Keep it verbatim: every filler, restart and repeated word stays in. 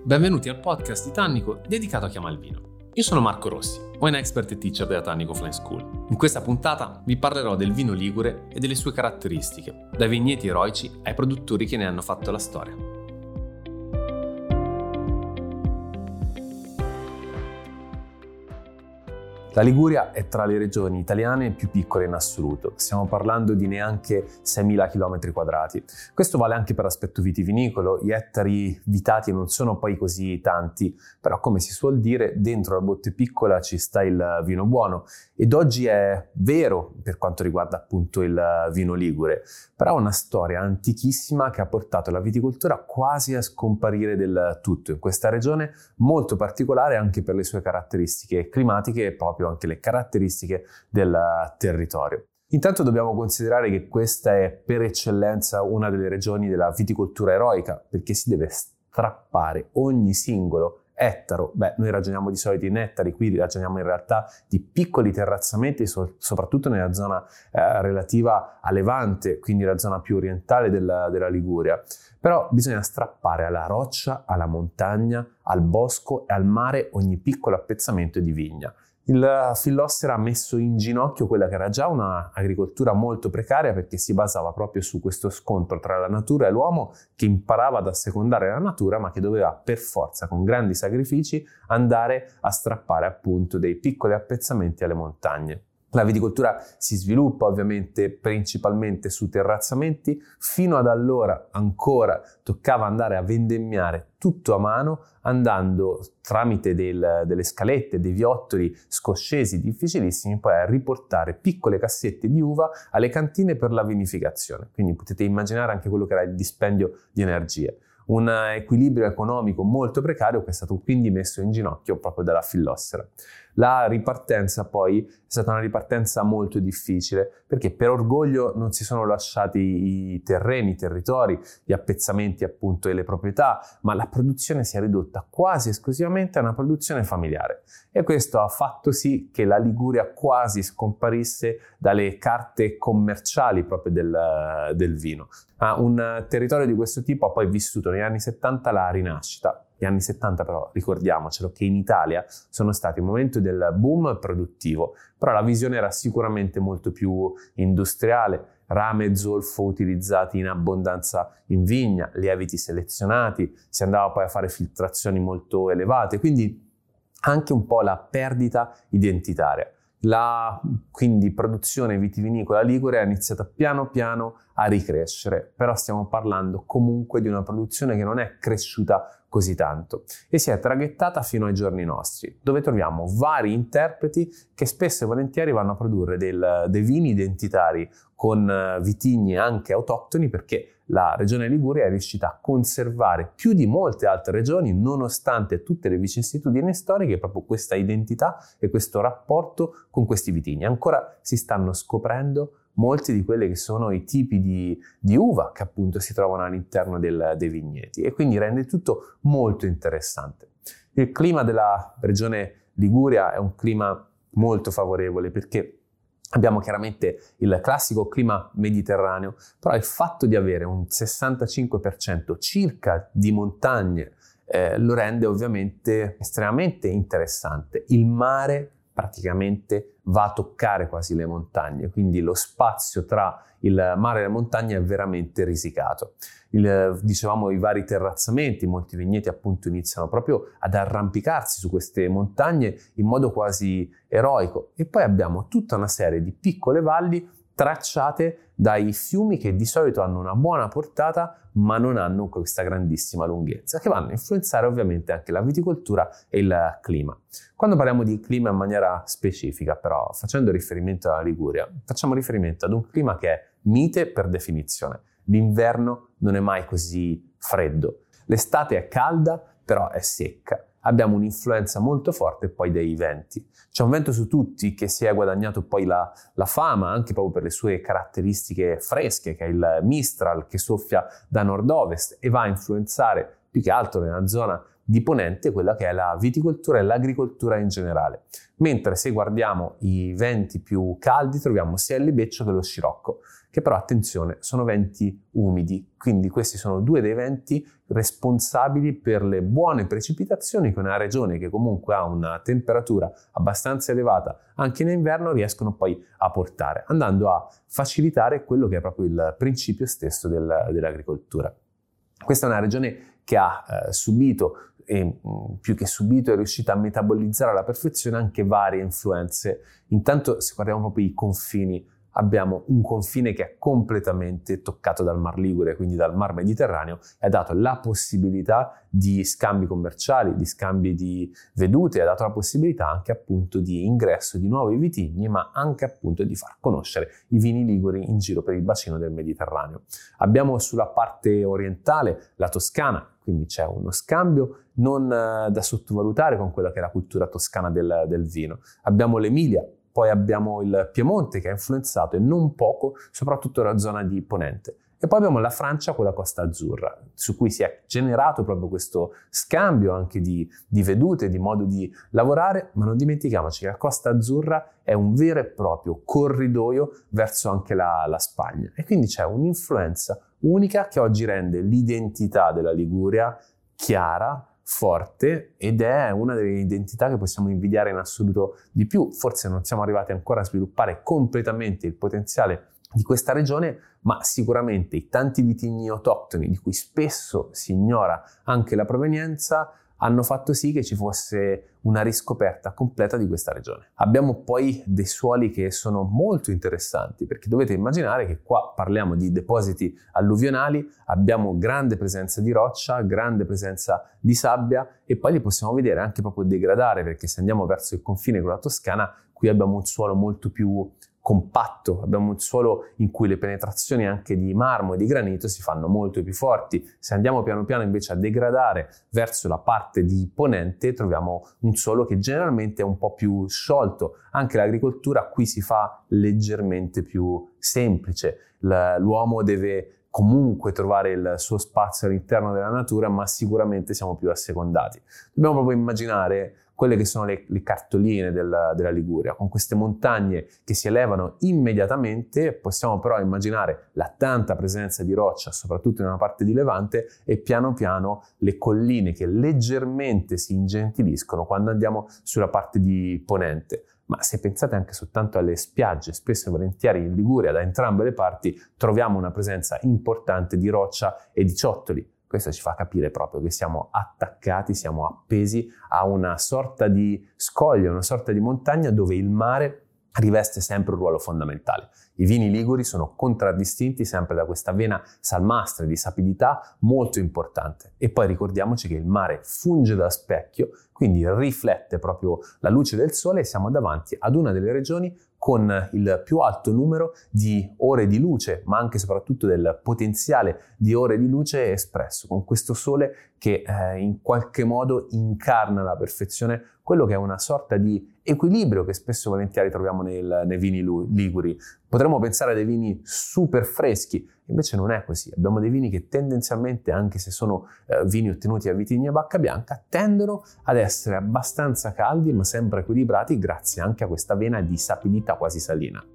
Benvenuti al podcast di Tannico dedicato a chi ama il vino. Io sono Marco Rossi, wine expert e teacher della Tannico Flying School. In questa puntata vi parlerò del vino ligure e delle sue caratteristiche, dai vigneti eroici ai produttori che ne hanno fatto la storia. La Liguria è tra le regioni italiane più piccole in assoluto, stiamo parlando di neanche seimila chilometri quadrati. Questo vale anche per l'aspetto vitivinicolo, gli ettari vitati non sono poi così tanti, però come si suol dire, dentro la botte piccola ci sta il vino buono ed oggi è vero per quanto riguarda appunto il vino ligure, però ha una storia antichissima che ha portato la viticoltura quasi a scomparire del tutto in questa regione, molto particolare anche per le sue caratteristiche climatiche e proprio anche le caratteristiche del territorio. Intanto dobbiamo considerare che questa è per eccellenza una delle regioni della viticoltura eroica, perché si deve strappare ogni singolo ettaro. Beh, noi ragioniamo di solito in ettari, qui ragioniamo in realtà di piccoli terrazzamenti, so- soprattutto nella zona eh, relativa a Levante, quindi la zona più orientale della, della Liguria. Però bisogna strappare alla roccia, alla montagna, al bosco e al mare ogni piccolo appezzamento di vigna. Il Fillossera ha messo in ginocchio quella che era già un'agricoltura molto precaria, perché si basava proprio su questo scontro tra la natura e l'uomo, che imparava ad assecondare la natura ma che doveva per forza, con grandi sacrifici, andare a strappare appunto dei piccoli appezzamenti alle montagne. La viticoltura si sviluppa ovviamente principalmente su terrazzamenti, fino ad allora ancora toccava andare a vendemmiare tutto a mano, andando tramite del, delle scalette, dei viottoli scoscesi difficilissimi, poi a riportare piccole cassette di uva alle cantine per la vinificazione. Quindi potete immaginare anche quello che era il dispendio di energie. Un equilibrio economico molto precario che è stato quindi messo in ginocchio proprio dalla Fillossera. La ripartenza poi è stata una ripartenza molto difficile, perché per orgoglio non si sono lasciati i terreni, i territori, gli appezzamenti appunto e le proprietà, ma la produzione si è ridotta quasi esclusivamente a una produzione familiare. E questo ha fatto sì che la Liguria quasi scomparisse dalle carte commerciali proprio del, del vino. Ah, un territorio di questo tipo ha poi vissuto negli anni settanta la rinascita. Gli anni settanta però, ricordiamocelo, che in Italia sono stati il momento del boom produttivo, però la visione era sicuramente molto più industriale, rame e zolfo utilizzati in abbondanza in vigna, lieviti selezionati, si andava poi a fare filtrazioni molto elevate, quindi anche un po' la perdita identitaria. La quindi produzione vitivinicola ligure è iniziata piano piano a ricrescere, però stiamo parlando comunque di una produzione che non è cresciuta così tanto e si è traghettata fino ai giorni nostri, dove troviamo vari interpreti che spesso e volentieri vanno a produrre del, dei vini identitari con vitigni anche autoctoni, perché la regione Liguria è riuscita a conservare più di molte altre regioni, nonostante tutte le vicissitudini storiche, proprio questa identità e questo rapporto con questi vitigni. Ancora si stanno scoprendo molti di quelli che sono i tipi di, di uva che appunto si trovano all'interno del, dei vigneti, e quindi rende tutto molto interessante. Il clima della regione Liguria è un clima molto favorevole, perché abbiamo chiaramente il classico clima mediterraneo, però il fatto di avere un sessantacinque per cento circa di montagne eh, lo rende ovviamente estremamente interessante. Il mare praticamente va a toccare quasi le montagne, quindi lo spazio tra il mare e le montagne è veramente risicato. Il, dicevamo i vari terrazzamenti, molti vigneti appunto iniziano proprio ad arrampicarsi su queste montagne in modo quasi eroico, e poi abbiamo tutta una serie di piccole valli tracciate dai fiumi che di solito hanno una buona portata ma non hanno questa grandissima lunghezza, che vanno a influenzare ovviamente anche la viticoltura e il clima. Quando parliamo di clima in maniera specifica, però, facendo riferimento alla Liguria, facciamo riferimento ad un clima che è mite per definizione. L'inverno non è mai così freddo, l'estate è calda però è secca. Abbiamo un'influenza molto forte poi dei venti. C'è un vento su tutti che si è guadagnato poi la, la fama anche proprio per le sue caratteristiche fresche, che è il Mistral, che soffia da nord-ovest e va a influenzare più che altro nella zona di ponente quella che è la viticoltura e l'agricoltura in generale. Mentre se guardiamo i venti più caldi troviamo sia il libeccio che lo scirocco, che però, attenzione, sono venti umidi, quindi questi sono due dei venti responsabili per le buone precipitazioni che una regione che comunque ha una temperatura abbastanza elevata anche in inverno riescono poi a portare, andando a facilitare quello che è proprio il principio stesso del, dell'agricoltura. Questa è una regione che ha eh, subito e più che subito è riuscita a metabolizzare alla perfezione anche varie influenze. Intanto, se guardiamo proprio i confini, abbiamo un confine che è completamente toccato dal Mar Ligure, quindi dal Mar Mediterraneo, e ha dato la possibilità di scambi commerciali, di scambi di vedute, ha dato la possibilità anche appunto di ingresso di nuovi vitigni, ma anche appunto di far conoscere i vini liguri in giro per il bacino del Mediterraneo. Abbiamo sulla parte orientale la Toscana, quindi c'è uno scambio non eh, da sottovalutare con quella che è la cultura toscana del, del vino. Abbiamo l'Emilia, poi abbiamo il Piemonte che ha influenzato e non poco soprattutto la zona di Ponente. E poi abbiamo la Francia con la Costa Azzurra, su cui si è generato proprio questo scambio anche di, di vedute, di modo di lavorare, ma non dimentichiamoci che la Costa Azzurra è un vero e proprio corridoio verso anche la, la Spagna. E quindi c'è un'influenza unica che oggi rende l'identità della Liguria chiara, forte, ed è una delle identità che possiamo invidiare in assoluto di più. Forse non siamo arrivati ancora a sviluppare completamente il potenziale di questa regione, ma sicuramente i tanti vitigni autoctoni di cui spesso si ignora anche la provenienza hanno fatto sì che ci fosse una riscoperta completa di questa regione. Abbiamo poi dei suoli che sono molto interessanti, perché dovete immaginare che qua parliamo di depositi alluvionali, abbiamo grande presenza di roccia, grande presenza di sabbia, e poi li possiamo vedere anche proprio degradare, perché se andiamo verso il confine con la Toscana, qui abbiamo un suolo molto più compatto, abbiamo un suolo in cui le penetrazioni anche di marmo e di granito si fanno molto più forti. Se andiamo piano piano invece a degradare verso la parte di ponente, troviamo un suolo che generalmente è un po' più sciolto. Anche l'agricoltura qui si fa leggermente più semplice. L'uomo deve comunque trovare il suo spazio all'interno della natura, ma sicuramente siamo più assecondati. Dobbiamo proprio immaginare quelle che sono le, le cartoline della, della Liguria, con queste montagne che si elevano immediatamente. Possiamo però immaginare la tanta presenza di roccia, soprattutto nella parte di levante, e piano piano le colline che leggermente si ingentiliscono quando andiamo sulla parte di ponente. Ma se pensate anche soltanto alle spiagge, spesso e volentieri in Liguria, da entrambe le parti, troviamo una presenza importante di roccia e di ciottoli. Questo ci fa capire proprio che siamo attaccati, siamo appesi a una sorta di scoglio, una sorta di montagna dove il mare riveste sempre un ruolo fondamentale. I vini liguri sono contraddistinti sempre da questa vena salmastra di sapidità molto importante. E poi ricordiamoci che il mare funge da specchio, quindi riflette proprio la luce del sole, e siamo davanti ad una delle regioni con il più alto numero di ore di luce, ma anche e soprattutto del potenziale di ore di luce espresso, con questo sole che eh, in qualche modo incarna alla perfezione quello che è una sorta di equilibrio che spesso e volentieri troviamo nel, nei vini liguri. Potremmo pensare a dei vini super freschi, invece non è così. Abbiamo dei vini che tendenzialmente, anche se sono eh, vini ottenuti a vitigni a bacca bianca, tendono ad essere abbastanza caldi ma sempre equilibrati, grazie anche a questa vena di sapidità quasi salina.